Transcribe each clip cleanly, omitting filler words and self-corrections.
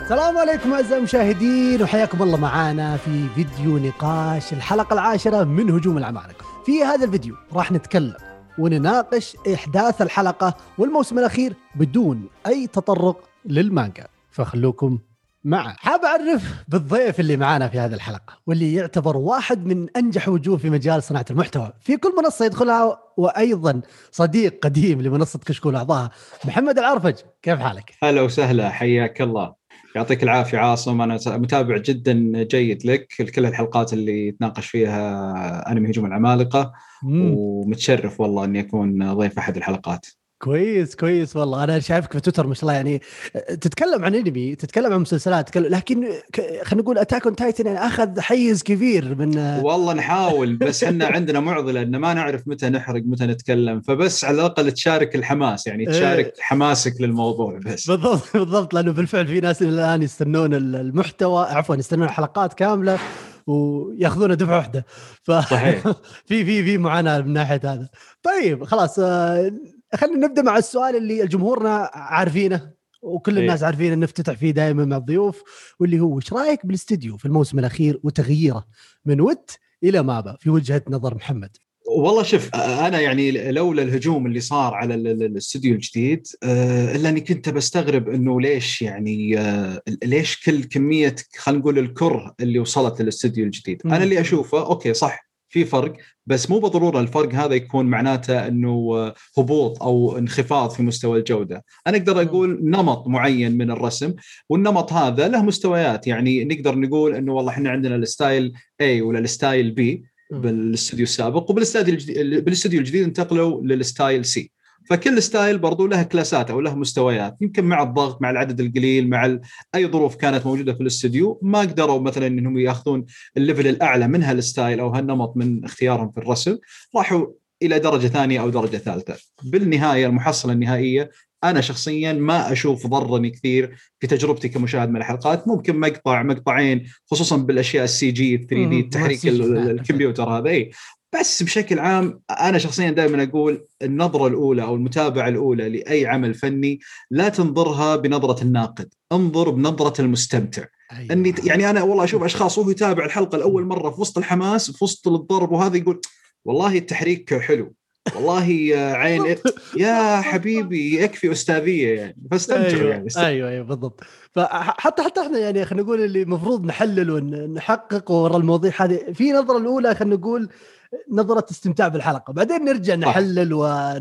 السلام عليكم أعزائي المشاهدين، وحياكم الله معانا في فيديو نقاش الحلقة 10 من هجوم العمالقة. في هذا الفيديو راح نتكلم ونناقش إحداث الحلقة والموسم الأخير بدون أي تطرق للمانجا، فخلوكم معه. حاب أعرف بالضيف اللي معانا في هذه الحلقة، واللي يعتبر واحد من أنجح وجوه في مجال صناعة المحتوى في كل منصة يدخلها، وأيضا صديق قديم لمنصة كشكول أعضاها، محمد العرفج. كيف حالك؟ هلا وسهلا، حياك الله. يعطيك العافية عاصم، أنا متابع جدا جيد لك كل الحلقات اللي تناقش فيها أنمي هجوم العمالقة، ومتشرف والله أني أكون ضيف أحد الحلقات. كويس والله. انا شايفك في تويتر ما شاء الله، يعني تتكلم عن انمي، تتكلم عن مسلسلات، لكن خلينا نقول اتاك اون تايتن يعني اخذ حيز كبير من والله نحاول، بس احنا عندنا معضلة ان ما نعرف متى نحرق متى نتكلم، فبس على الاقل تشارك الحماس، يعني تشارك حماسك للموضوع بس. بالضبط، لانه بالفعل في ناس الان يستنون المحتوى، عفوا يستنون الحلقات كامله وياخذونها دفعه واحده. صحيح. في معاناه من ناحيه هذا. طيب خلاص، خلينا نبدا مع السؤال اللي جمهورنا عارفينه وكل الناس إيه. عارفين، نفتتح فيه دائما مع الضيوف، واللي هو ايش رايك بالاستديو في الموسم الاخير وتغييره من وت الى مابا في وجهه نظر محمد؟ والله شوف، انا يعني لولا الهجوم اللي صار على الاستوديو الجديد، الا اني كنت بستغرب انه ليش، يعني ليش كل كميه، خلينا نقول الكره اللي وصلت للاستوديو الجديد. انا اللي اشوفه اوكي صح، في فرق، بس مو بالضروره الفرق هذا يكون معناته انه هبوط او انخفاض في مستوى الجوده. انا اقدر اقول نمط معين من الرسم، والنمط هذا له مستويات. يعني نقدر نقول انه والله احنا عندنا الستايل A ولا الستايل B بالاستوديو السابق، بالاستوديو الجديد انتقلوا للستايل سي. فكل ستايل برضو له كلاسات او له مستويات، يمكن مع الضغط، مع العدد القليل، مع اي ظروف كانت موجوده في الاستوديو، ما قدروا مثلا انهم ياخذون الليفل الاعلى من هالستايل او هالنمط من اختيارهم في الرسم، راحوا الى درجه ثانيه او درجه ثالثه. بالنهايه المحصله النهائيه انا شخصيا ما اشوف ضرني كثير في تجربتي كمشاهد من الحلقات. ممكن مقطعين خصوصا بالاشياء السي جي 3 دي، التحريك الكمبيوتر هذا، اي. بس بشكل عام انا شخصيا دائما اقول النظره الاولى او المتابعه الاولى لاي عمل فني لا تنظرها بنظره الناقد، انظر بنظره المستمتع. أيوة. اني يعني انا والله اشوف اشخاص وهو يتابع الحلقه لاول مره في وسط الحماس، في وسط الضرب وهذا، يقول والله التحريك حلو، والله عين يا حبيبي يكفي استاذيه، يعني فاستمتعوا يعني ايوه بالضبط. فحتى احنا يعني خلينا نقول اللي المفروض نحلل ونحقق ورا المواضيع هذه، في نظره الاولى خلينا نقول نظره استمتاع بالحلقه، بعدين نرجع صح. نحلل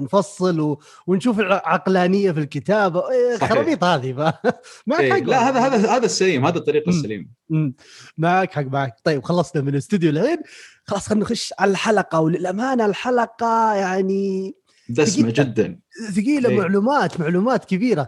ونفصل ونشوف العقلانيه في الكتابه، صحيح. خرابيط هذه. معك إيه حق لا، والله. هذا السليم، هذا الطريق السليم. معك حق معك. طيب خلصنا من الاستوديو الحين، خلاص خلينا نخش على الحلقه. وللامانه الحلقه يعني دسمه ثقيله، جدا. ثقيله، إيه. معلومات كبيره،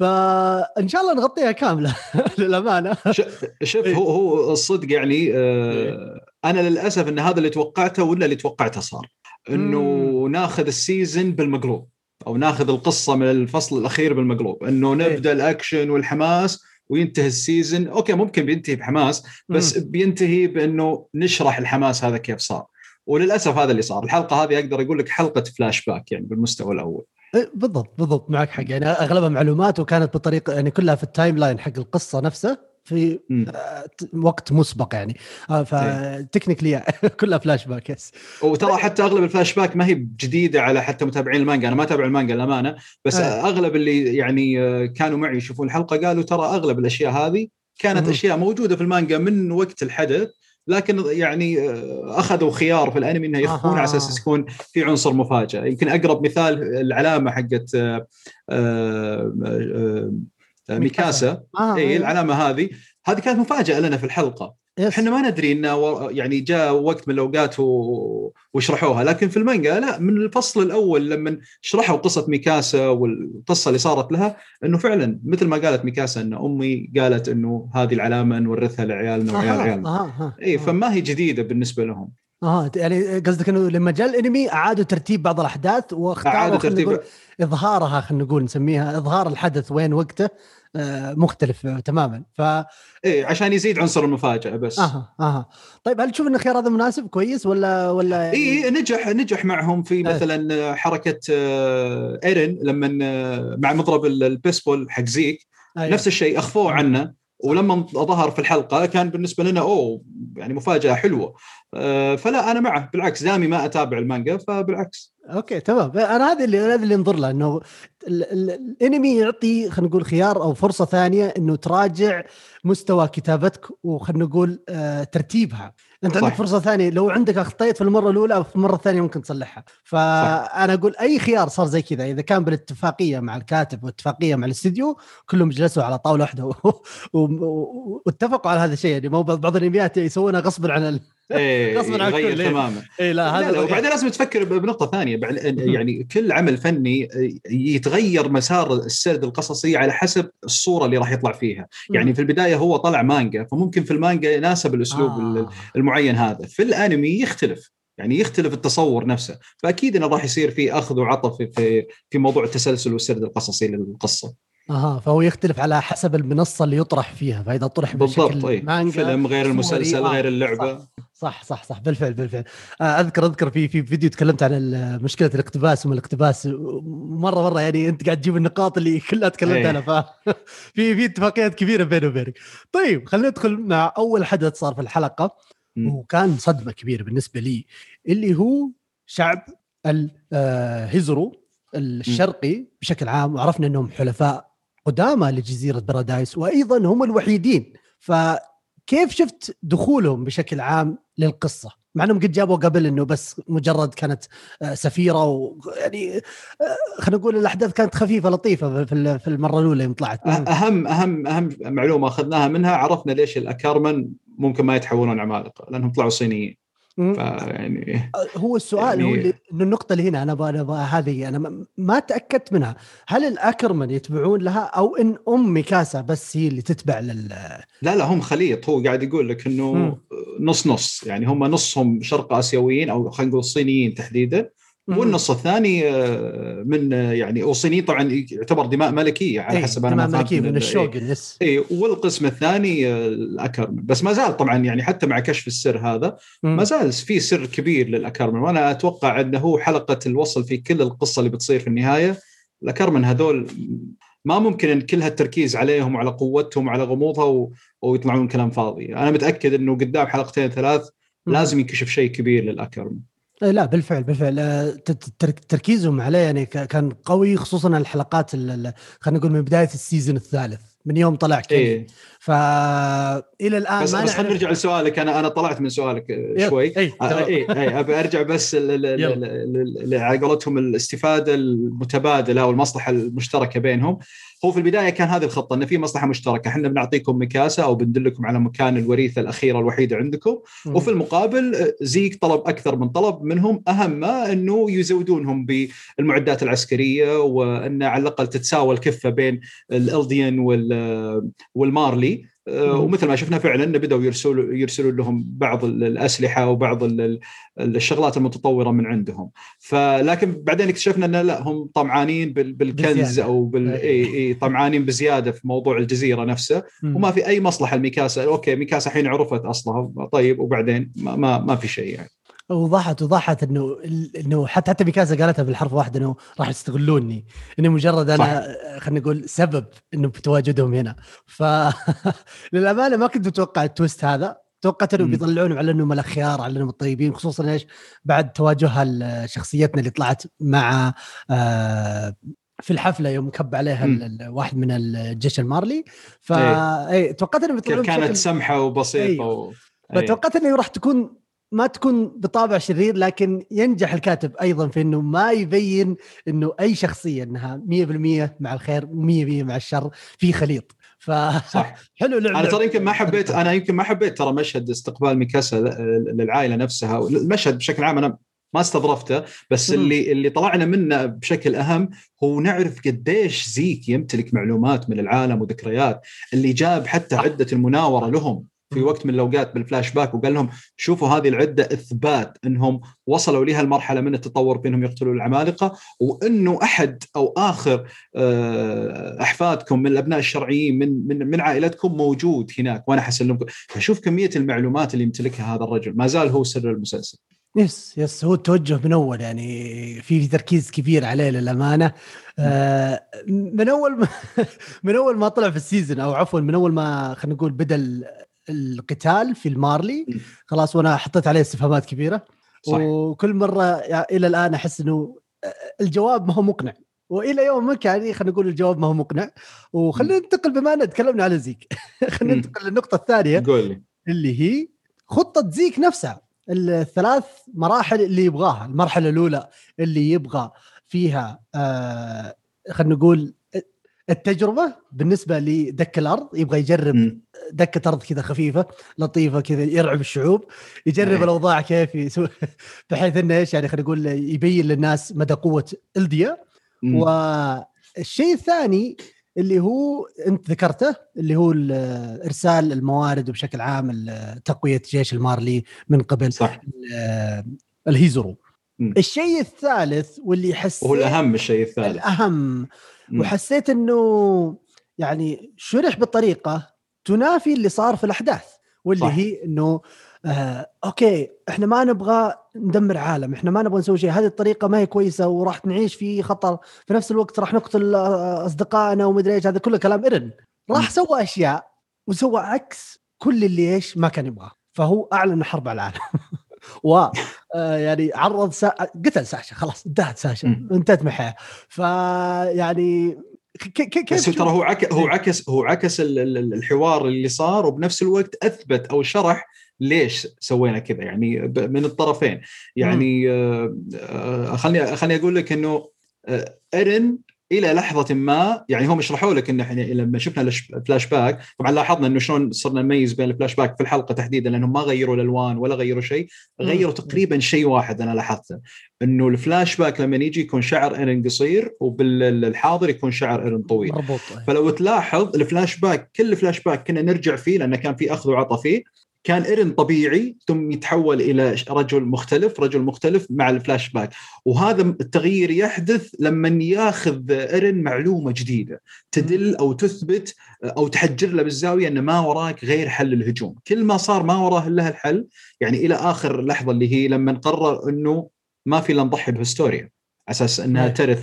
فان شاء الله نغطيها كامله. للامانه. شوف، إيه. هو الصدق يعني، إيه. انا للاسف ان هذا اللي توقعته ولا اللي توقعته صار، انه ناخذ السيزن بالمقلوب، او ناخذ القصه من الفصل الاخير بالمقلوب، انه إيه. نبدا الاكشن والحماس وينتهي السيزن. اوكي ممكن بينتهي بحماس، بس بينتهي بانه نشرح الحماس هذا كيف صار. وللاسف هذا اللي صار. الحلقه هذه اقدر اقول لك حلقه فلاش باك يعني بالمستوى الاول. إيه، بالضبط معك حق. يعني اغلبها معلومات، وكانت بطريقه يعني كلها في التايم لاين حق القصه نفسه، في وقت مسبق يعني. إيه. فتكنيكلي كلها فلاش باك. يس. وترى حتى اغلب الفلاش باك ما هي جديده على حتى متابعين المانجا. انا ما اتابع المانجا للامانه، بس اغلب اللي يعني كانوا معي يشوفون الحلقه قالوا ترى اغلب الاشياء هذه كانت اشياء موجوده في المانجا من وقت الحدث، لكن يعني اخذوا خيار في الانمي انه يخفون على اساس يكون في عنصر مفاجاه. يمكن اقرب مثال العلامه حقت ميكاسا. اي أيوة. العلامه هذه كانت مفاجاه لنا في الحلقه. يس. احنا ما ندري انه يعني جاء وقت من الاوقات وشرحوها، لكن في المانجا لا، من الفصل الاول لما شرحوا قصه ميكاسا والقصه اللي صارت لها، انه فعلا مثل ما قالت ميكاسا ان امي قالت انه هذه العلامه نورثها لعيالنا وعيال عيالنا. اي فما هي جديده بالنسبه لهم. يعني قصدك انه لما جاء الانمي اعادوا ترتيب بعض الاحداث واختاروا، اعاده خلينا نقول ترتيب. اظهارها، خلينا نقول نسميها اظهار الحدث وين وقته مختلف تماما. ايه عشان يزيد عنصر المفاجاه بس. طيب هل تشوف ان الخيار هذا مناسب كويس ولا يعني؟ ايه نجح معهم في مثلا حركه ايرين لما مع مضرب البيسبول حق زيك، أيوه. نفس الشيء اخفوه عنه. ولما ظهر في الحلقة كان بالنسبة لنا يعني مفاجأة حلوة. فلا أنا معه بالعكس، دامي ما أتابع المانجا فبالعكس. اوكي تمام. انا هذا اللي انظر له، انه الانمي يعطي خلينا نقول خيار او فرصه ثانيه انه تراجع مستوى كتابتك، وخلينا نقول ترتيبها. انت عندك صح. فرصه ثانيه، لو عندك اخطيت في المره الاولى او في المره الثانيه ممكن تصلحها. صح. فانا اقول اي خيار صار زي كذا اذا كان بالاتفاقيه مع الكاتب واتفاقيه مع الاستديو، كلهم جلسوا على طاوله واحده واتفقوا على هذا الشيء. يعني مو بعض الانميات يسوونها غصبا عن غصبا عن يغير الكل. تماما. إيه لا هذا لا وبعدين لازم تفكر بنقطة ثانية، يعني كل عمل فني يتغير مسار السرد القصصي على حسب الصورة اللي راح يطلع فيها. يعني في البداية هو طلع مانجا، فممكن في المانجا يناسب الأسلوب المعين هذا، في الأنمي يختلف، يعني يختلف التصور نفسه. فأكيد إنه راح يصير في أخذ وعطف في موضوع التسلسل والسرد القصصي للقصة. فهو يختلف على حسب المنصة اللي يطرح فيها. فإذا طرح بالضبط. بشكل مانجا فيلم غير صوري المسلسل غير اللعبة. صح بالفعل. أذكر في فيديو تكلمت عن مشكلة الاقتباس وما الاقتباس مرة يعني أنت قاعد تجيب النقاط اللي كلها تكلمت عنها. في اتفاقيات كبيرة بينه وبينك. طيب خلينا ندخل مع أول حدث صار في الحلقة، وكان صدمة كبيرة بالنسبة لي، اللي هو شعب الهيزرو الشرقي بشكل عام. وعرفنا أنهم حلفاء قدامى لجزيرة بارادايس، وأيضا هم الوحيدين. فكيف شفت دخولهم بشكل عام للقصة، مع أنهم قد جابوا قبل أنه بس مجرد كانت سفيرة، ويعني خلينا نقول الأحداث كانت خفيفة لطيفة في المرة الأولى يوم طلعت. أهم معلومة أخذناها منها، عرفنا ليش الأكارمن ممكن ما يتحولون عمالقة، لأنهم طلعوا صينيين. فيعني هو السؤال هو إنه النقطة اللي هنا أنا هذه أنا ما تأكدت منها، هل الأكرمن يتبعون لها أو إن ميكاسا بس هي اللي تتبع لا هم خليط. هو قاعد يقول لك إنه نص، يعني هم نصهم شرق آسيويين أو خلينا نقول صينيين تحديدا، والنص الثاني من يعني والصينيين طبعا يعتبر دماء ملكية على حسب أنا ما فهمت من الشوغن. والقسم الثاني الأكرمن. بس ما زال طبعا يعني حتى مع كشف السر هذا ما زال في سر كبير للأكرمن، وأنا أتوقع أنه حلقة الوصل في كل القصة اللي بتصير في النهاية. الأكرمن هذول ما ممكن أن كل هالتركيز عليهم وعلى قوتهم وعلى غموضها ويطلعون كلام فاضي. أنا متأكد أنه قدام حلقتين ثلاث لازم ينكشف شيء كبير للأكرمن. لا بالفعل تركيزهم عليه يعني كان قوي، خصوصا الحلقات خلينا نقول من بداية السيزون الثالث من يوم طلع كيني. فإلى الآن بس خلينا نرجع لسؤالك. أنا طلعت من سؤالك شوي. أبي أرجع بس على قولتهم الاستفادة المتبادلة والمصلحة المشتركة بينهم. هو في البداية كان هذه الخطة، أن في مصلحة مشتركة، احنا بنعطيكم ميكاسا أو بندلكم على مكان الوريثة الأخيرة الوحيدة عندكم، وفي المقابل زيك طلب أكثر من طلب منهم، أهم ما أنه يزودونهم بالمعدات العسكرية، وأن على الأقل تتساوى الكفة بين الألديان والمارلي. ومثل ما شفنا فعلا بدأوا يرسلوا لهم بعض الأسلحة وبعض الشغلات المتطورة من عندهم. لكن بعدين اكتشفنا أن لا، هم طمعانين بالكنز أو طمعانين بزيادة في موضوع الجزيرة نفسه، وما في أي مصلحة الميكاسا. أوكي ميكاسا حين عرفت أصلها طيب، وبعدين ما في شيء يعني. وضحت انه حتى ميكاسا قالتها بالحرف واحد انه راح يستغلوني، انه مجرد انا خلينا نقول سبب انه بتواجدهم هنا. للامانه ما كنت متوقع التويست هذا، توقعت انه بيطلعونهم على انهم الاخيار، على انهم الطيبين، خصوصا ايش بعد تواجهها شخصيتنا اللي طلعت مع في الحفله يوم كب عليها واحد من الجيش المارلي. توقعت انه بيطلعون كانت سمحه وبسيطه. فتوقعت انه راح تكون ما تكون بطابع شرير، لكن ينجح الكاتب أيضا في أنه ما يبين أنه أي شخصية أنها 100% مع الخير و100% مع الشر، في خليط. حلو لعب. أنا ترى يمكن ما حبيت ترى مشهد استقبال ميكاسا للعائلة نفسها. المشهد بشكل عام أنا ما استظرفته، بس اللي طلعنا منه بشكل أهم هو نعرف قديش زيك يمتلك معلومات من العالم وذكريات، اللي جاب حتى عدة المناورة لهم في وقت من الأوقات بالفلاش باك، وقال لهم شوفوا هذه العدة إثبات أنهم وصلوا لها المرحلة من التطور بأنهم يقتلوا العمالقة، وأنه أحد أو آخر أحفادكم من الأبناء الشرعيين من عائلتكم موجود هناك وأنا حسلمكم. فشوف كمية المعلومات اللي يمتلكها هذا الرجل، ما زال هو سر المسلسل. يس هو التوجه من اول، يعني في تركيز كبير عليه للامانه. من اول ما من اول ما طلع في السيزون، او عفوا من اول ما خلينا نقول بدا القتال في المارلي، خلاص وانا حطيت عليه استفهامات كبيره. صح. وكل مره الى الان احس انه الجواب ما هو مقنع، والى يومك يعني خلينا نقول الجواب ما هو مقنع. وخلينا ننتقل، بما ان تكلمنا على زيك خلينا ننتقل للنقطه الثانيه، قول لي. اللي هي خطة زيك نفسها. الثلاث مراحل اللي يبغاها، المرحلة الأولى اللي يبغى فيها خلينا نقول التجربة بالنسبة لدك الأرض، يبغى يجرب دكة أرض كذا خفيفة لطيفة كذا، يرعب الشعوب، يجرب الأوضاع كيف يسوي بحيث إنه إيش يعني خلينا نقول يبين للناس مدى قوة الديا. والشيء الثاني اللي هو أنت ذكرته، اللي هو إرسال الموارد وبشكل عام تقوية جيش المارلي من قبل صح. الهيزرو. الشيء الثالث واللي حسيت وهو الأهم، الشيء الثالث الأهم، وحسيت إنه يعني شرح بطريقة تنافي اللي صار في الأحداث، واللي صح. هي إنه أوكي إحنا ما نبغى ندمر عالم، إحنا ما نبغى نسوي شيء، هذه الطريقة ما هي كويسة وراح نعيش في خطر، في نفس الوقت راح نقتل أصدقائنا ومدري إيش. هذا كله كلام إيرن. راح سوى أشياء وسوى عكس كل اللي إيش ما كان يبغاه، فهو أعلن حرب على العالم و يعني عرض قتل ساشا، خلاص انتهت ساشا، انتهت محياه. فيعني كيف بس ترى هو عكس الحوار اللي صار، وبنفس الوقت أثبت أو شرح ليش سوينا كذا، يعني من الطرفين. يعني خلني أقول لك إنه إيرين الى لحظه ما، يعني هم يشرحوا لك ان احنا لما شفنا الفلاش باك، طبعا لاحظنا انه شلون صرنا نميز بين الفلاش باك في الحلقه تحديدا، لانهم ما غيروا الالوان ولا غيروا شيء، غيروا تقريبا شيء واحد انا لاحظته، انه الفلاش باك لما يجي يكون شعر ايرين قصير، وبالحاضر يكون شعر ايرين طويل مربوط. فلو تلاحظ الفلاش باك، كل فلاش باك كنا نرجع فيه لانه كان في اخذ وعطى فيه، كان إيرين طبيعي ثم يتحول إلى رجل مختلف مع الفلاش باك. وهذا التغيير يحدث لما ياخذ إيرين معلومة جديدة تدل أو تثبت أو تحجر له بالزاوية أن ما وراك غير حل الهجوم. كل ما صار ما وراه إلا الحل، يعني إلى آخر لحظة اللي هي لما قرر أنه ما في إلا نضحي بهستوريا أساس أنها ترث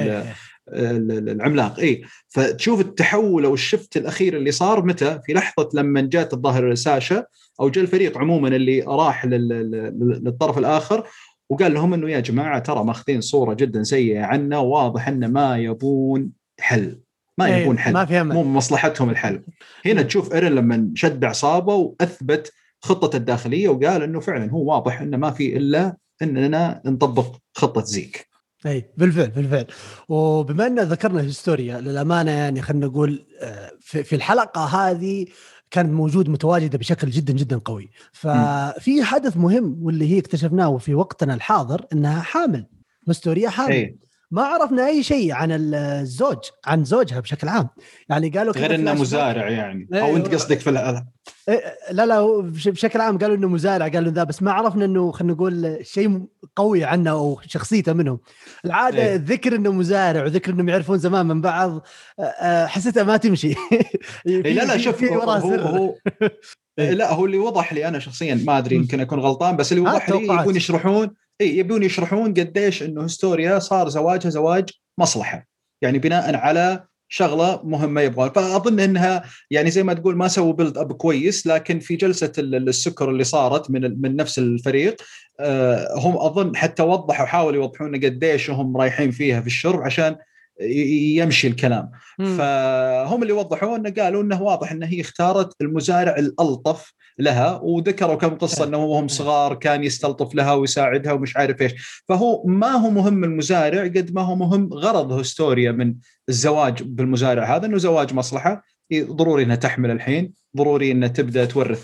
العملاق. فتشوف التحول او الشفت الاخير اللي صار متى، في لحظه لما جات الظاهر ساشا او جاء الفريق عموما اللي راح للطرف الاخر وقال لهم انه يا جماعه ترى ماخذين صوره جدا سيئه عنا، واضح ان ما يبون حل، ما يبون حل، مو مصلحتهم الحل. هنا تشوف إيرين لما شد اعصابه واثبت خطته الداخليه وقال انه فعلا هو واضح انه ما في الا اننا نطبق خطه زيك. اي بالفعل. وبما ان ذكرنا هيستوريا، للامانه يعني خلينا نقول في الحلقه هذه كان موجود متواجده بشكل جدا جدا قوي. ففي حدث مهم واللي هي اكتشفناه في وقتنا الحاضر انها حامل، هيستوريا حامل. ما عرفنا اي شيء عن الزوج، عن زوجها بشكل عام، يعني قالوا غير انه مزارع يعني، او انت قصدك في لا بشكل عام قالوا انه مزارع، قالوا ذا، بس ما عرفنا انه خلينا نقول شيء قوي عنه او شخصيته منهم. العاده ذكر انه مزارع وذكر انهم يعرفون زمان من بعض، حسيتها ما تمشي. لا شوف هو لا هو اللي وضح لي انا شخصيا، ما ادري يمكن اكون غلطان، بس اللي وضح لي يبون يشرحون قديش انه هيستوريا صار زواجها زواج مصلحه، يعني بناء على شغله مهمه يبغون. فاظن انها يعني زي ما تقول ما سووا بيلد اب كويس، لكن في جلسه السكر اللي صارت من نفس الفريق هم اظن حتى وضحوا، حاولوا يوضحون قديش هم رايحين فيها في الشرب عشان يمشي الكلام. فهم اللي وضحوا انه قالوا انه واضح انه هي اختارت المزارع الالطف لها، وذكروا كم قصه انه وهم صغار كان يستلطف لها ويساعدها ومش عارف ايش. فهو ما هو مهم المزارع قد ما هو مهم غرض هيستوريا من الزواج بالمزارع هذا، انه زواج مصلحه، ضروري انها تحمل الحين، ضروري انها تبدا تورث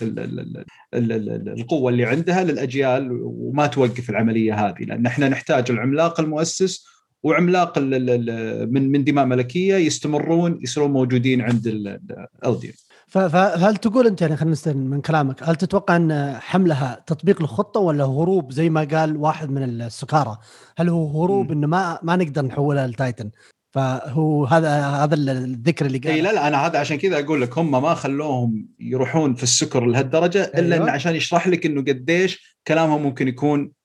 القوه اللي عندها للاجيال وما توقف العمليه هذه، لان احنا نحتاج العملاق المؤسس وعملاق من دماء ملكيه يستمرون يصيرون موجودين عند الألديان. فهل تقول انت، يعني خلينا نستلم من كلامك، هل تتوقع ان حملها تطبيق للخطه ولا هروب زي ما قال واحد من السكارى؟ هل هو هروب انه ما نقدر نحولها لتايتن؟ فهو هذا الذكر اللي قال. لا انا هذا عشان كذا اقول لك هم ما خلوهم يروحون في السكر لهالدرجه الا إن عشان يشرح لك انه قديش كلامهم ممكن يكون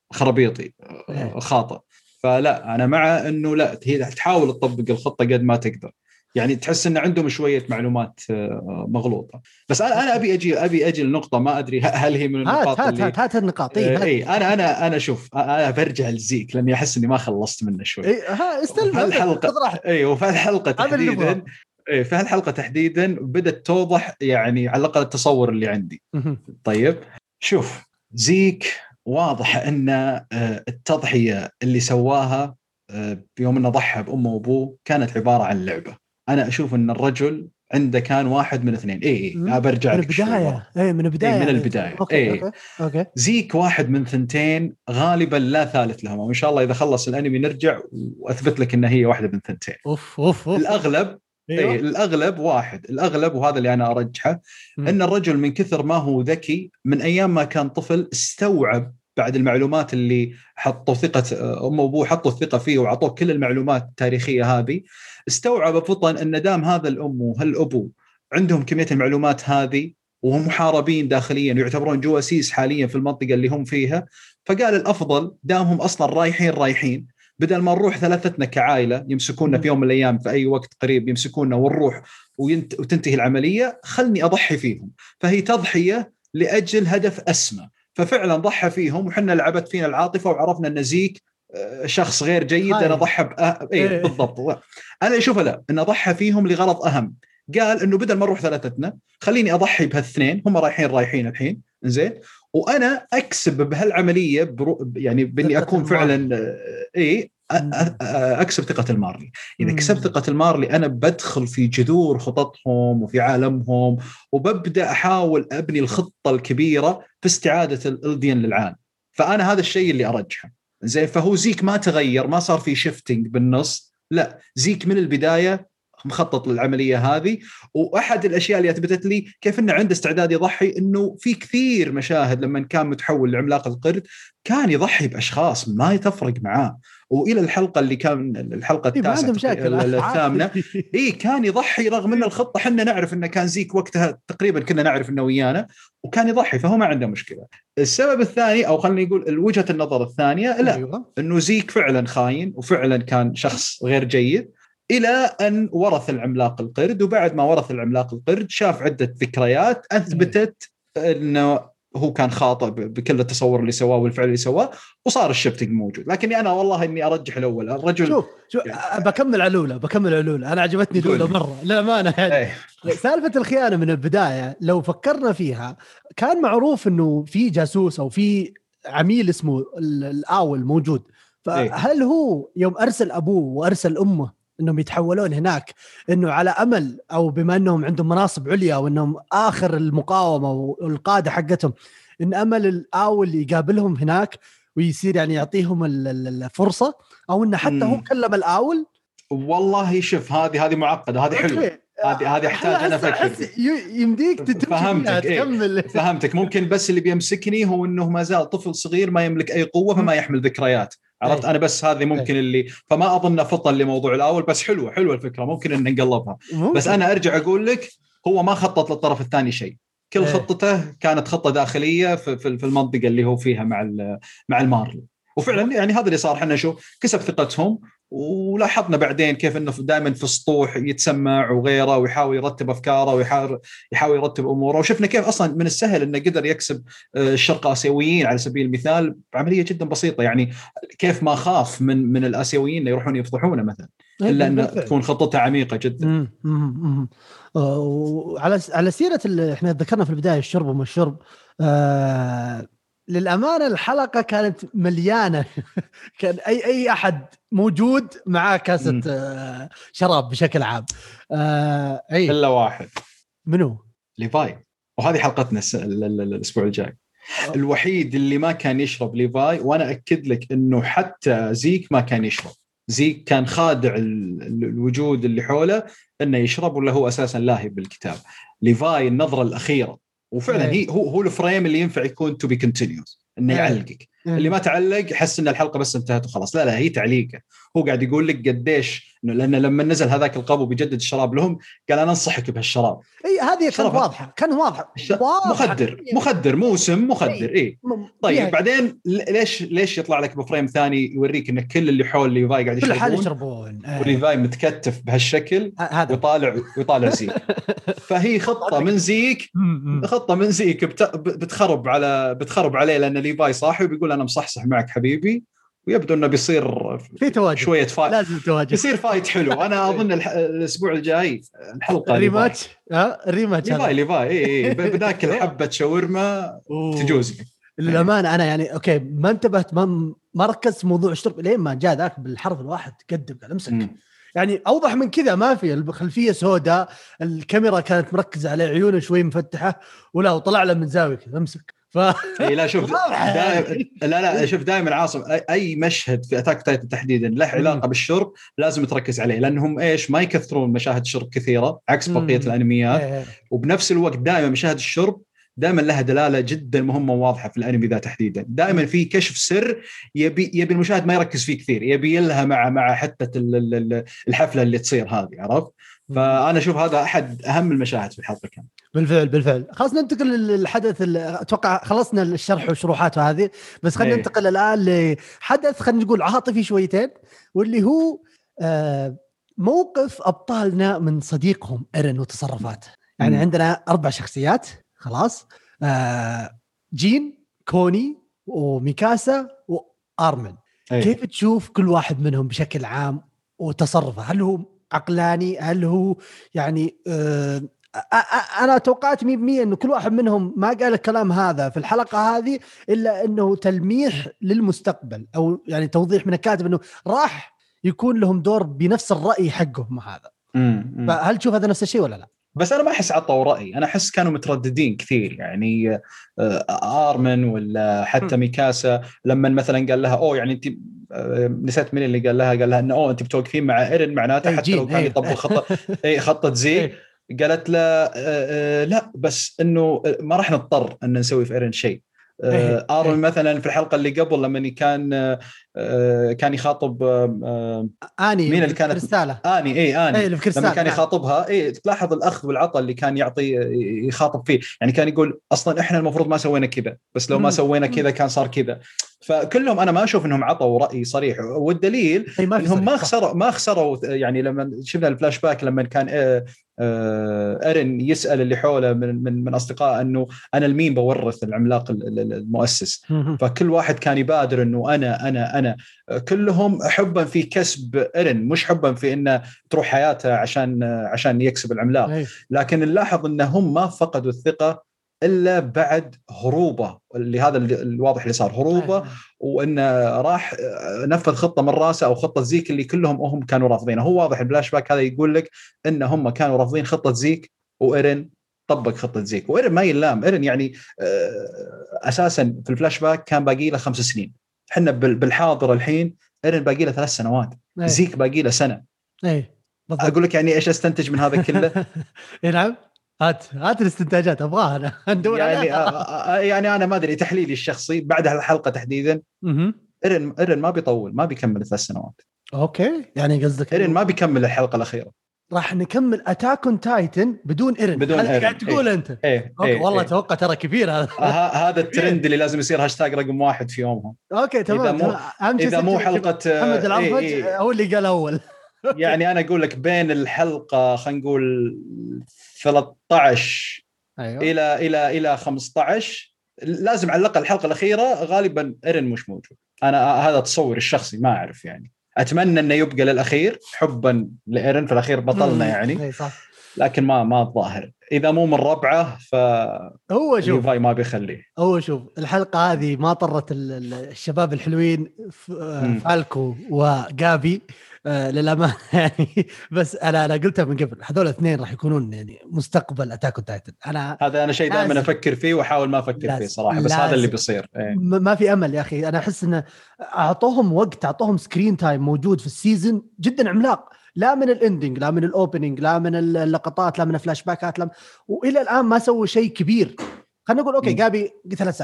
خرابيطي خاطئ. فلا أنا مع إنه لا، هي تحاول تطبق الخطة قد ما تقدر. يعني تحس إن عندهم شوية معلومات مغلوطة. بس أنا أبي أجي لنقطة ما أدري هل هي من النقاط هات النقاط. إيه أنا شوف أنا برجع لزيك لأني أحس إني ما خلصت منه شوي. استلم الحلقة وفي الحلقة تحديدا في هالحلقة تحديدا بدأت توضح يعني على الأقل التصور اللي عندي. طيب شوف، زيك واضح أن التضحية اللي سواها بيوم أنه ضحى بأمه وأبوه كانت عبارة عن لعبة. أنا أشوف أن الرجل عنده كان واحد من اثنين. برجع من لك البداية. من البداية. من البداية. أوكي. زيك واحد من ثنتين غالبا لا ثالث لهما، وإن شاء الله إذا خلص الأنمي نرجع وأثبت لك أن هي واحدة من ثنتين. أوف. الأغلب الأغلب واحد، الأغلب وهذا اللي أنا أرجحه أن الرجل من كثر ما هو ذكي من أيام ما كان طفل استوعب بعد المعلومات اللي حطوا ثقة أمه وأبوه حطوا الثقة فيه وعطوه كل المعلومات التاريخية هذه، استوعب بفطن أن دام هذا الأم وهالأبو عندهم كمية المعلومات هذه وهم محاربين داخليا ويعتبرون جواسيس حاليا في المنطقة اللي هم فيها، فقال الأفضل دامهم أصلا رايحين بدل ما نروح ثلاثتنا كعائلة يمسكونا في يوم من الأيام في أي وقت قريب يمسكونا ونروح وتنتهي العملية، خلني أضحي فيهم. فهي تضحية لأجل هدف أسمى. ففعلا ضحى فيهم وحنا لعبت فينا العاطفة وعرفنا أن زيك شخص غير جيد. أنا ضحى بالضبط. أنا أشوف لا، أن ضحى فيهم لغرض أهم. قال إنه بدل ما نروح ثلاثتنا خليني أضحي بهالاثنين، هم رايحين الحين إنزين، وأنا أكسب بهالعملية يعني بإني أكون فعلا أكسب ثقة المارلي. إذا كسبت ثقة المارلي أنا بدخل في جذور خططهم وفي عالمهم وببدأ أحاول أبني الخطة الكبيرة في استعادة الألدين للعالم. فأنا هذا الشيء اللي أرجحه. زين، فهو زيك ما تغير، ما صار في شيفتنج بالنص، لا زيك من البداية مخطط للعملية هذه. وأحد الأشياء اللي أثبتت لي كيف أنه عنده استعداد يضحي إنه في كثير مشاهد لما كان متحول لعملاق القرد كان يضحي بأشخاص ما تفرق معاه، وإلى الحلقة اللي كان الحلقة الثامنة كان يضحي رغم أن الخطة حنا نعرف أنه كان زيك وقتها تقريبا كنا نعرف أنه ويانا وكان يضحي، فهو ما عنده مشكلة. السبب الثاني أو خلينا نقول وجهة النظر الثانية لا، أنه زيك فعلا خاين وفعلا كان شخص غير جيد إلى أن ورث العملاق القرد، وبعد ما ورث العملاق القرد شاف عدة ذكريات أثبتت أنه هو كان خاطئ بكل التصور اللي سواه والفعل اللي سواه، وصار الشفتنج موجود. لكني أنا والله إني أرجح الأول. الرجل شوف يعني بكمل علولة أنا عجبتني الأولى مرة للأمانة يعني. سالفة الخيانة من البداية لو فكرنا فيها كان معروف إنه في جاسوس أو في عميل اسمه الآول موجود، فهل هو يوم أرسل أبوه وأرسل أمه انهم يتحولون هناك انه على امل او بما انهم عندهم مناصب عليا وانهم اخر المقاومه والقاده حقتهم ان امل الاول يقابلهم هناك ويصير يعني يعطيهم الفرصه، او انه حتى هو كلم الاول؟ والله شوف هذه معقده، هذه حلوه، هذه احتاج انا افكر. يمديك تكمل. فهمتك. ممكن بس اللي بيمسكني هو انه ما زال طفل صغير ما يملك اي قوه فما يحمل ذكريات، عرفت؟ أنا بس هذه ممكن اللي فما أظن فطن لموضوع الأول، بس حلوة الفكرة، ممكن أن نقلبها. بس أنا أرجع أقول لك هو ما خطط للطرف الثاني شيء، كل خطته كانت خطة داخلية في المنطقة اللي هو فيها مع المارلي. وفعلا يعني هذا اللي صار. حنا كسب ثقتهم، ولاحظنا بعدين كيف انه دائما في السطوح يتسمع وغيره ويحاول يرتب افكاره ويحاول يرتب اموره. وشفنا كيف اصلا من السهل انه قدر يكسب الشرق اسيويين على سبيل المثال بعمليه جدا بسيطه. يعني كيف ما خاف من الاسيويين يروحون يفضحونه مثلا، الا ان تكون خطتها عميقه جدا. على سيره اللي احنا ذكرنا في البدايه الشرب وما الشرب، للأمانة الحلقة كانت مليانة كان أي أحد موجود معاه كاسة شراب بشكل عام. إلا واحد. منو؟ ليفاي. وهذه حلقتنا الأسبوع الجاي. الوحيد اللي ما كان يشرب ليفاي، وأنا أكد لك إنه حتى زيك ما كان يشرب. زيك كان خادع الوجود اللي حوله إنه يشرب، ولا هو أساساً لاهي بالكتاب. ليفاي النظرة الأخيرة، وفعلا هو الفريم اللي ينفع يكون to be continuous، انه يعلقك. اللي ما تعلق حس ان الحلقه بس انتهت وخلاص. لا هي تعليقه، هو قاعد يقول لك قديش انه لان لما نزل هذاك القابو بيجدد الشراب لهم قال انا انصحك بهالشراب. اي هذه كانت واضحه، كان واضحه مخدر موسم مخدر. اي طيب بعدين ليش يطلع لك بفريم ثاني يوريك ان كل اللي حول ليفاي قاعد يشربون وليفاي متكتف بهالشكل ويطالع زيك. فهي خطه من زيك بتخرب عليه لان ليفاي صاحي وبيقول انا مصحصح معك حبيبي، ويبدو انه بيصير في تواجد شويه فايت، لازم تواجد، بيصير فايت حلو. انا اظن الاسبوع الجاي الحلقه الريماتش ليفاي اي بناكل حبه شاورما تجوزني. للامانه انا يعني اوكي ما انتبهت، ما ركزت موضوع الشرب لين ما جاء ذاك بالحرف الواحد قدم قال امسك. يعني اوضح من كذا ما في، الخلفيه سوداء، الكاميرا كانت مركزه على عيونه شوي مفتحه، ولا وطلع له من زاويه كذا امسك. لا شوف لا شوف دائما عاصم اي مشهد في اتاك تايتن تحديدا له علاقه بالشرب لازم تركز عليه، لانهم ايش ما يكثرون مشاهد شرب كثيره عكس بقيه الانميات. وبنفس الوقت دائما مشاهد الشرب دائما لها دلاله جدا مهمه وواضحه في الانمي ذا تحديدا. دائما في كشف سر يبي المشاهد ما يركز فيه كثير، يبي لها مع حته الحفله اللي تصير هذه، عرفت؟ فانا اشوف هذا احد اهم المشاهد في الحلقه كان. بالفعل. خلاص ننتقل للحدث. اتوقع خلصنا الشرح والشروحات هذه، بس خلينا ننتقل الان لحدث خلينا نقول عاطفي شويتين، واللي هو موقف ابطالنا من صديقهم ايرين وتصرفاته. يعني عندنا 4 شخصيات خلاص، جين، كوني، وميكاسا، وارمن. كيف تشوف كل واحد منهم بشكل عام وتصرفه؟ هل هو عقلاني؟ هل هو يعني أنا توقعت 100% إنه كل واحد منهم ما قال الكلام هذا في الحلقة هذه، إلا إنه تلميح للمستقبل، أو يعني توضيح من الكاتب إنه راح يكون لهم دور بنفس الرأي حقهم هذا. فهل تشوف هذا نفس الشيء ولا لا؟ بس أنا ما أحس عطوا رأي، أنا أحس كانوا مترددين كثير. يعني آرمن ولا حتى ميكاسا لما مثلا قال لها يعني أنت نسيت من اللي قال لها إنه أنت بتوقفين مع إيرين، معناته حتى لو كان يطبق خطة زي قالت له لا بس إنه ما راح نضطر أن نسوي في إيرين شيء. آرمن مثلا في الحلقة اللي قبل لما كان يخاطب آني، مين اللي كانت كريستالة؟ آني لما كان يخاطبها تلاحظ الأخذ والعطاء اللي كان يعطي يخاطب فيه. يعني كان يقول أصلا إحنا المفروض ما سوينا كذا، بس لو ما سوينا كذا كان صار كذا. فكلهم أنا ما أشوف إنهم عطوا رأي صريح، والدليل إنهم ما خسروا. يعني لما شفنا الفلاش باك لما كان إيرين يسأل اللي حوله من أصدقاء أنه أنا المين بورث العملاق المؤسس، فكل واحد كان يبادر أنه أنا كلهم حبا في كسب إيرين، مش حبا في أنه تروح حياته عشان يكسب العملاق. لكن نلاحظ أنهم ما فقدوا الثقة إلا بعد هروبه، اللي هذا الواضح اللي صار هروبه، وأنه راح نفذ خطة من راسه أو خطة زيك اللي كلهم كانوا رافضينها. هو واضح الفلاش باك هذا يقول لك إن هم كانوا رافضين خطة زيك، وإيرين طبق خطة زيك. وإيرين ما يلام، إيرين يعني أساسا في الفلاش باك كان باقي له 5 سنين، حنا بالحاضر الحين إيرين باقي له 3 سنوات، زيك باقي له سنة. أقول لك يعني إيش أستنتج من هذا كله؟ نعم هات الاستنتاجات ابغاها انا يعني انا ما ادري، تحليلي الشخصي بعد هالحلقه تحديدا إيرين ما بيطول، ما بيكمل 3 سنوات. اوكي يعني قصدك إيرين ما بيكمل الحلقه الاخيره، راح نكمل أتاك أون تايتن بدون إيرين. قاعد تقول أنت والله توقع ترى كبير هذا. هذا الترند اللي لازم يصير هاشتاج رقم 1 في يومها. اوكي تمام. اذا مو حلقه محمد العرفج هو اللي قال اول. يعني انا اقول لك بين الحلقه خلينا نقول 13 الى 15 لازم على الاقل الحلقه الاخيره غالبا إيرين مش موجود. انا هذا تصور الشخصي، ما اعرف يعني. اتمنى انه يبقى للاخير حبا لإيرين، في الاخير بطلنا يعني. لكن ما الظاهر اذا مو من ربعه هو شوف يوفاي ما بيخليه. هو شوف الحلقه هذه ما طرت الشباب الحلوين فالكو وغابي للأمانة يعني. بس أنا قلتها من قبل، هذول 2 راح يكونون يعني مستقبل أتاك أون تايتن. هذا شيء دائما أفكر فيه وأحاول ما أفكر فيه صراحة، بس هذا اللي بيصير. ما في أمل يا أخي. أنا أحس إنه أعطوهم وقت، أعطوهم سكرين تايم موجود في السيزن جدا عملاق، لا من الاندنج، لا من الاوبننج، لا من اللقطات، لا من الفلاش باكات، وإلى الآن ما سووا شيء كبير. خلينا نقول أوكي غابي 3 ساشا،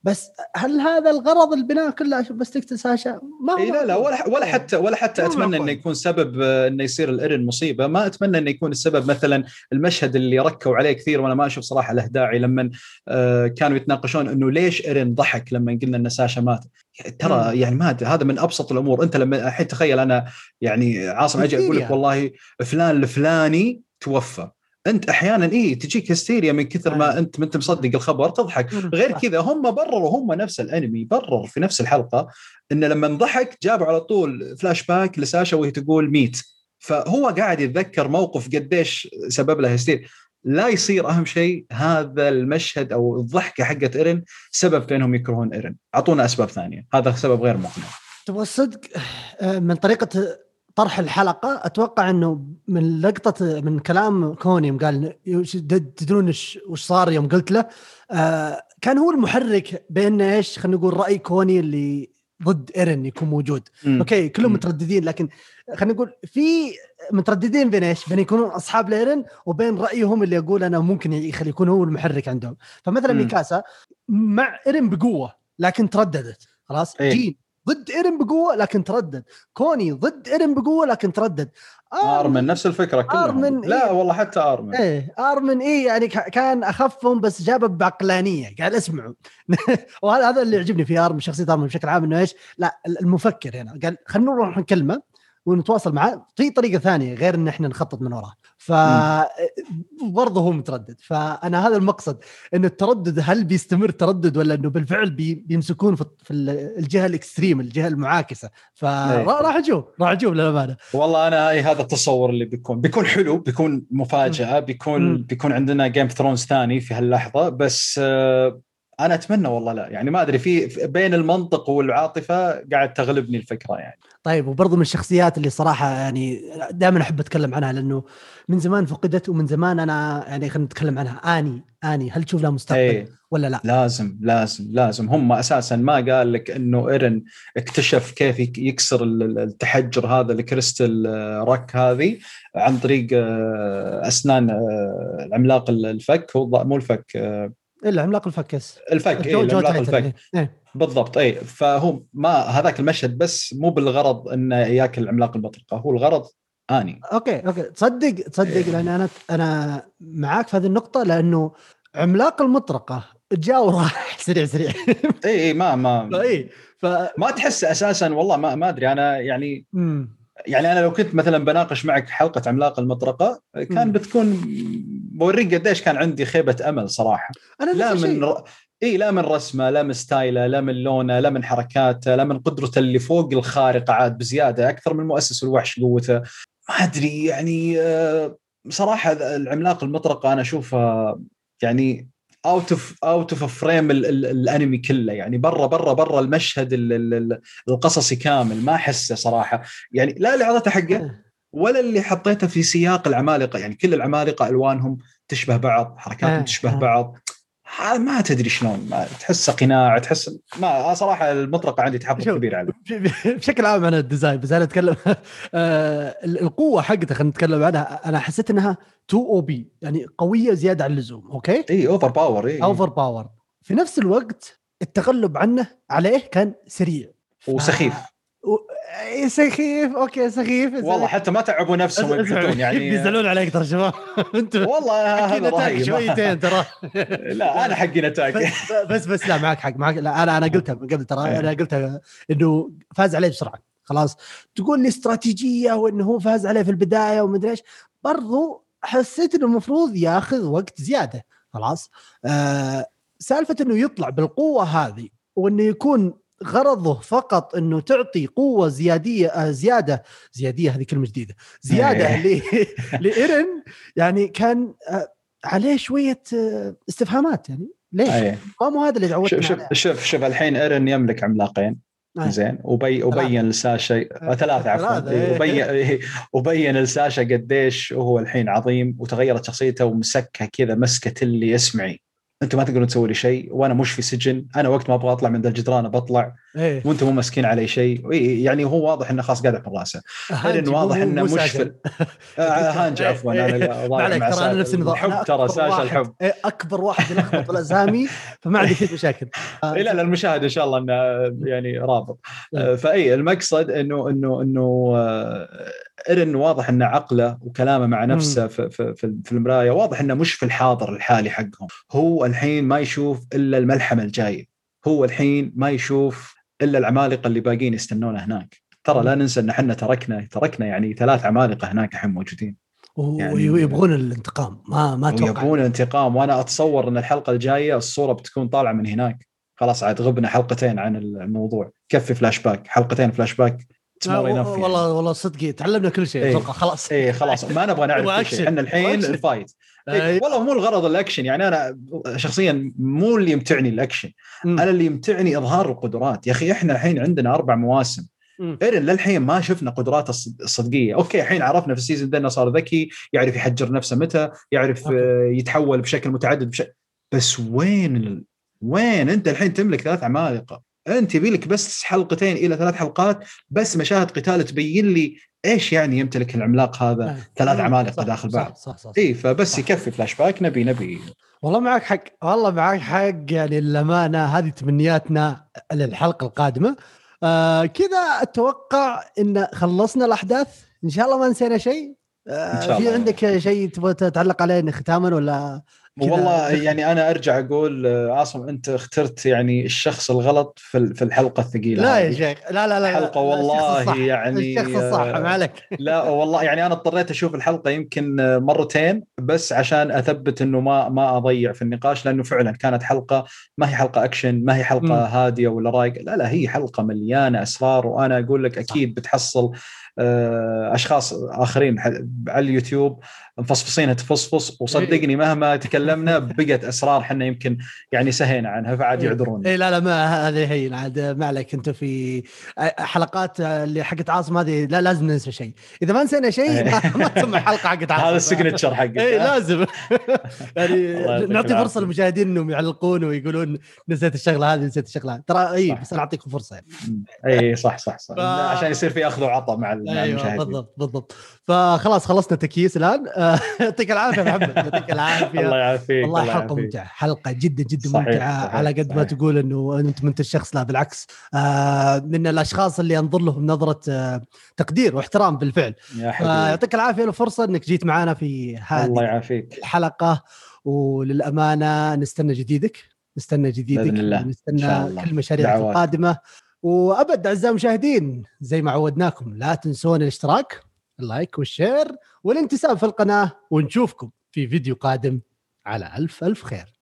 بس هل هذا الغرض البناء كله عشان بس تقتل ساشا؟ ما هو لا ولا حتى اتمنى انه يكون سبب انه يصير الايرن مصيبه. ما اتمنى انه يكون السبب مثلا المشهد اللي ركوا عليه كثير وانا ما اشوف صراحه له داعي، لما كانوا يتناقشون انه ليش ايرن ضحك لما قلنا ان ساشا مات. ترى يعني ما هذا من ابسط الامور. انت لما الحين تخيل انا يعني عاصم اجي اقول لك والله فلان الفلاني توفى، انت احيانا تجيك هستيريا من كثر ما انت مصدق الخبر تضحك. غير كذا هم برروا، هم نفس الانمي برر في نفس الحلقه ان لما ضحك جابوا على طول فلاش باك لساشا وهي تقول ميت، فهو قاعد يتذكر موقف قديش سبب له هستيريا. لا يصير اهم شيء هذا المشهد او الضحكه حقت ايرين سبب في انهم يكرهون ايرين. اعطونا اسباب ثانيه، هذا سبب غير مقنع. تبغى الصدق من طريقه طرح الحلقة أتوقع أنه من لقطة من كلام كوني قال تدرون وش صار يوم قلت له كان هو المحرك بين إيش خلينا نقول رأي كوني اللي ضد إيرين يكون موجود. أوكي كلهم مترددين، لكن خلينا نقول في مترددين بين إيش، بين يكونون أصحاب لإيرين وبين رأيهم اللي يقول أنا ممكن يكون هو المحرك عندهم. فمثلا ميكاسا مع إيرين بقوة لكن ترددت، خلاص. جين ضد إيرين بقوة لكن تردد، كوني ضد إيرين بقوة لكن تردد، آرمن نفس الفكرة كلهم. لا والله حتى آرمن آرمن يعني كان أخفهم بس جابه بعقلانية قال اسمعوا. وهذا اللي يعجبني في آرمن، شخصية آرمن بشكل عام إنه إيش، لا المفكر هنا قال خلينا نروح نكلمه ونتواصل معه في طريقة ثانية غير إن إحنا نخطط من وراه. فبرضه هو متردد. فأنا هذا المقصد، إنه التردد هل بيستمر تردد ولا إنه بالفعل بيمسكون في الجهة الإكستريم، الجهة المعاكسة. فراح أجوب للأمانة. والله أنا هذا التصور اللي بيكون حلو، بيكون مفاجأة، بيكون عندنا جيم اوف ثرونز ثاني في هاللحظة. بس أنا أتمنى والله لا، يعني ما أدري، في بين المنطق والعاطفة قاعد تغلبني الفكرة يعني. طيب وبرضه من الشخصيات اللي صراحة يعني دائما أحب أتكلم عنها لأنه من زمان فقدت، ومن زمان أنا يعني خلينا نتكلم عنها. آني هل تشوف لها مستقبل ولا لا؟ لازم. هم أساسا ما قال لك إنه إيرين اكتشف كيف يكسر التحجر هذا الكريستال روك هذه عن طريق أسنان العملاق الفك، هو مو الفك إلا عملاق الفكس العملاق الفك بالضبط. فهو ما هذاك المشهد بس مو بالغرض انه ياكل العملاق المطرقه، هو الغرض اني. اوكي تصدق لان انا معاك في هذه النقطه، لانه عملاق المطرقه جاء وراح سريع. ما تحس اساسا والله ما ادري انا يعني. يعني انا لو كنت مثلا بناقش معك حلقه عملاق المطرقه كان بتكون بوريك قديش كان عندي خيبه امل صراحه. لا من رسمه، لا من ستايله، لا من لونه، لا من حركاته، لا من قدرته اللي فوق الخارقه عاد بزياده اكثر من مؤسس الوحش قوته. ما ادري يعني صراحه العملاق المطرقه انا اشوفه يعني اوت اوف فريم الانمي كله، يعني برا المشهد القصصي كامل. ما احسه صراحه يعني، لا اللي عطته حقه ولا اللي حطيته في سياق العمالقه. يعني كل العمالقه الوانهم تشبه بعض، حركاتهم تشبه بعض، ما تدري شلون، ما تحس قناع، تحس ما صراحه المطرقه عندي تحفظ كبير عليه بشكل عام. انا الديزاين بس انا اتكلم القوه حقتها خلينا نتكلم عنها. انا حسيت انها 2 او بي، يعني قويه زياده عن اللزوم. اوكي اوفر باور. في نفس الوقت التغلب عنه عليه كان سريع وسخيف. سخيف. اوكي سخيف والله حتى ما تعبوا نفسهم يبحثون يعني بيزعلون عليك ترى شباب. انتم والله هذا رايي شويتين ترى. لا انا حقي نتاك بس لا معك حق معك. لا انا قلتها من قبل ترى. انا قلتها انه فاز عليه بسرعه خلاص. تقول لي استراتيجيه وانه هو فاز عليه في البدايه ومدري ايش، برضو حسيت انه المفروض ياخذ وقت زياده. خلاص سالفه انه يطلع بالقوه هذه وانه يكون غرضه فقط انه تعطي قوه زياده هذه كلمه جديده زياده لإيرين، يعني كان عليه شويه استفهامات. يعني ليش ما هذا اللي تعودنا عليه. شوف الحين إيرين يملك عملاقين زين، وبين لساشا 3 عفوا وبين لساشا قديش وهو الحين عظيم، وتغيرت شخصيته ومسكها كذا مسكه اللي يسمعي انتم ما تقدرون تسوي لي شيء، وانا مش في سجن، انا وقت ما ابغى اطلع من ذا الجدران بطلع، إيه. وانتم مو مسكين علي شيء. يعني هو واضح انه خلاص قاعد في راسه. ايرن هانجي واضح انه مو مش ساجن. في اتذكر هانج، عفوا انا ما ضايع عليك، مع ترى انا نفس النظام، انا الحب، ترى اكبر ساشا واحد الحب. اكبر واحد يلخبط بالاسامي، فما عندي فيه مشاكل. إيه لا المشاهد ان شاء الله انه يعني رابط. إيه. فاي المقصد انه ايرن واضح انه عقله وكلامه مع نفسه في المرايه واضح انه مش في الحاضر الحالي حقهم. هو الحين ما يشوف الا الملحمه الجايه، هو الحين ما يشوف الا العمالقه اللي باقين يستنونه هناك. ترى لا ننسى ان احنا تركنا يعني 3 عمالقه هناك الحين موجودين يعني، ويبغون الانتقام، ما اتوقع. ويبون انتقام. وانا اتصور ان الحلقه الجايه الصوره بتكون طالعه من هناك. خلاص عاد غبنا حلقتين عن الموضوع، كفي فلاش باك، حلقتين فلاش باك تمور انف يعني. والله صدقي تعلمنا كل شيء ايه اتوقع، خلاص. ايه خلاص ما نبغى نعرف يبغى كل شيء، اكشن، احنا يبغى الحين اكشن. الفايت. إيه أيوة. والله مو الغرض الاكشن، يعني انا شخصيا مو اللي يمتعني الاكشن، أمم. انا اللي يمتعني اظهار القدرات. يا اخي احنا الحين عندنا 4 مواسم، أمم. ايرن للحين ما شفنا قدراته الصدقيه. اوكي الحين عرفنا في السيزون ده انه صار ذكي، يعرف يحجر نفسه متى، يعرف اوكي. يتحول بشكل متعدد بس وين انت الحين تملك 3 عمالقه؟ انت يبي لك بس حلقتين الى 3 حلقات بس مشاهد قتال تبين لي ايش يعني يمتلك العملاق هذا 3 عمالقه صح داخل صح بعض. صح صح, اي فبس صح. يكفي فلاش باك، نبي والله معك حق، والله معك حق، يعني الأمانة هذه تمنياتنا للحلقة القادمة. كذا أتوقع إن خلصنا الأحداث، إن شاء الله ما نسينا شيء. ان شاء في الله. عندك شيء تبغى تعلق عليه ختاما ولا كذا؟ والله يعني انا ارجع اقول عاصم انت اخترت يعني الشخص الغلط في الحلقه الثقيله لا يا هذه. شيخ، لا حلقه الشخص والله الصح، الشخص يعني الصح، ما عليك. لا والله يعني انا اضطريت اشوف الحلقه يمكن مرتين بس عشان اثبت انه ما اضيع في النقاش، لانه فعلا كانت حلقه ما هي حلقه اكشن، ما هي حلقه هاديه ولا رايقه، لا هي حلقه مليانه اسرار. وانا اقول لك اكيد بتحصل اشخاص اخرين على اليوتيوب مفصفصينها تفصفص، وصدقني مهما تكلمنا بقت اسرار حنا يمكن يعني سهينا عنها، فعاد يعذروني. اي لا ما هذه هي عاد، ما عليك انت في حلقات اللي حقت عاصم هذه، لا لازم ننسى شيء، اذا ما نسينا شيء ما تسمى حلقه حقت عاصم. هذا السيجنتشر حقك. اي لازم. يعني الله يعطيك نعطي فرصه العافية. للمشاهدين انهم يعلقون ويقولون نسيت الشغله هذه، نسيت الشغله هذه، ترى اي بس انا اعطيكم فرصه يعني. اي صح عشان يصير في اخذ وعطاء مع ايوه المشاهدين. بالضبط. فخلاص خلصنا تكييس الان. يعطيك العافيه محمد، يعطيك العافيه. الله يعافيك. والله الله حلقه يعافيك. ممتعه، حلقه جدا صحيح ممتعه، على صحيح قد ما صحيح. تقول انه انت الشخص، لا بالعكس، من الاشخاص اللي انظر لهم نظره تقدير واحترام بالفعل. يا حبيبي يعطيك العافيه الفرصه انك جيت معنا في الله هذه يعافيك. الحلقه، وللامانه نستنى جديدك، باذن الله ان شاء ونستنى الله. كل مشاريعك دعوات. القادمه. وابد اعزائي المشاهدين، زي ما عودناكم لا تنسون الاشتراك، اللايك والشير والانتساب في القناه، ونشوفكم في فيديو قادم على الف خير.